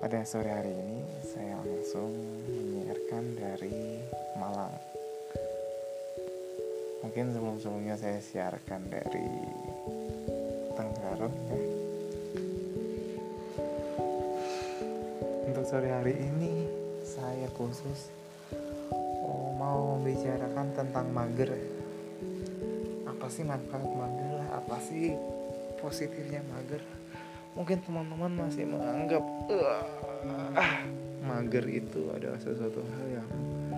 Pada sore hari ini saya langsung menyiarkan dari Malang. Mungkin sebelum-sebelumnya saya siarkan dari Tenggarong ya. Untuk sore hari ini saya khusus mau membicarakan tentang mager. Apa sih manfaat mager? Apa sih positifnya mager? Mungkin teman-teman masih menganggap mager itu adalah sesuatu hal yang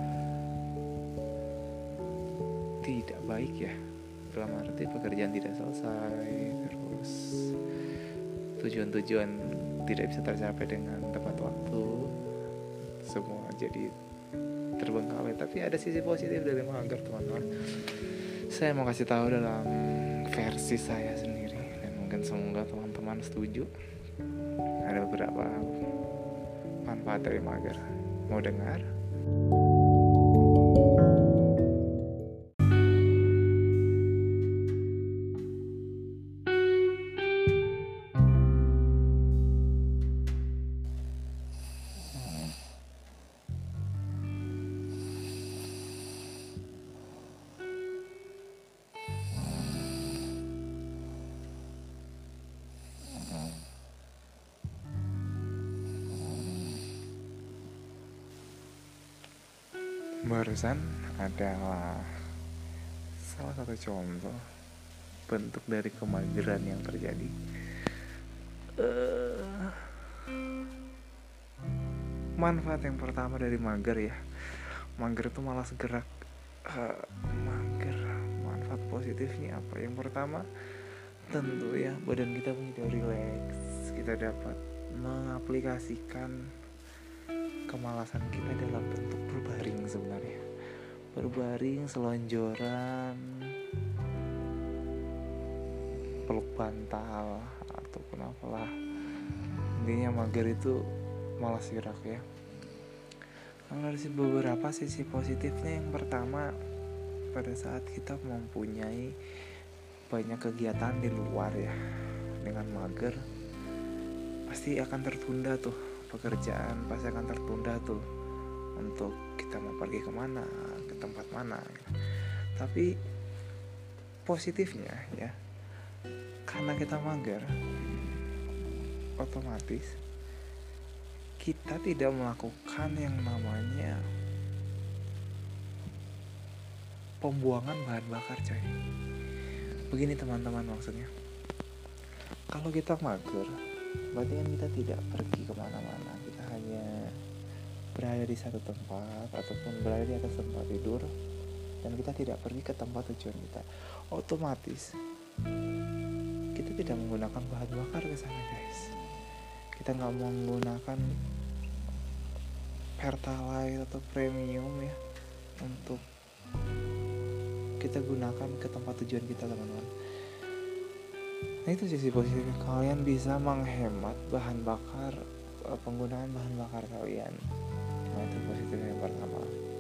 tidak baik ya, dalam arti pekerjaan tidak selesai, terus tujuan-tujuan tidak bisa tercapai dengan tepat waktu, semua jadi terbengkalai. Tapi ada sisi positif dari mager, teman-teman. Saya mau kasih tahu dalam versi saya sendiri, dan mungkin semoga teman-teman setuju. Ada beberapa manfaat dari mager. Mau dengar? Barusan adalah salah satu contoh bentuk dari kemageran yang terjadi. Manfaat yang pertama dari mager ya, mager itu malas gerak. Mager, manfaat positifnya apa? Yang pertama tentu ya, badan kita menjadi rileks. Kita dapat mengaplikasikan kemalasan kita dalam bentuk berbaring sebenarnya. Berbaring, selonjoran, peluk bantal ataupun apalah. Intinya mager itu malas gerak ya. Kalau dari beberapa sisi positifnya, yang pertama, pada saat kita mempunyai banyak kegiatan di luar ya, dengan mager pasti akan tertunda tuh, pekerjaan pasti akan tertunda tuh untuk kita mau pergi kemana, ke tempat mana gitu. Tapi positifnya ya, karena kita mager, otomatis kita tidak melakukan yang namanya pembuangan bahan bakar, coy. Begini teman-teman, maksudnya kalau kita mager, berarti kan kita tidak pergi kemana-mana. Kita hanya berada di satu tempat ataupun berada di atas tempat tidur, dan kita tidak pergi ke tempat tujuan kita. Otomatis kita tidak menggunakan bahan bakar ke sana, guys. Kita nggak menggunakan Pertalite atau premium ya untuk kita gunakan ke tempat tujuan kita, teman-teman. Nah, itu sisi positifnya, kalian bisa menghemat bahan bakar, penggunaan bahan bakar kalian. Nah, itu positifnya yang pertama.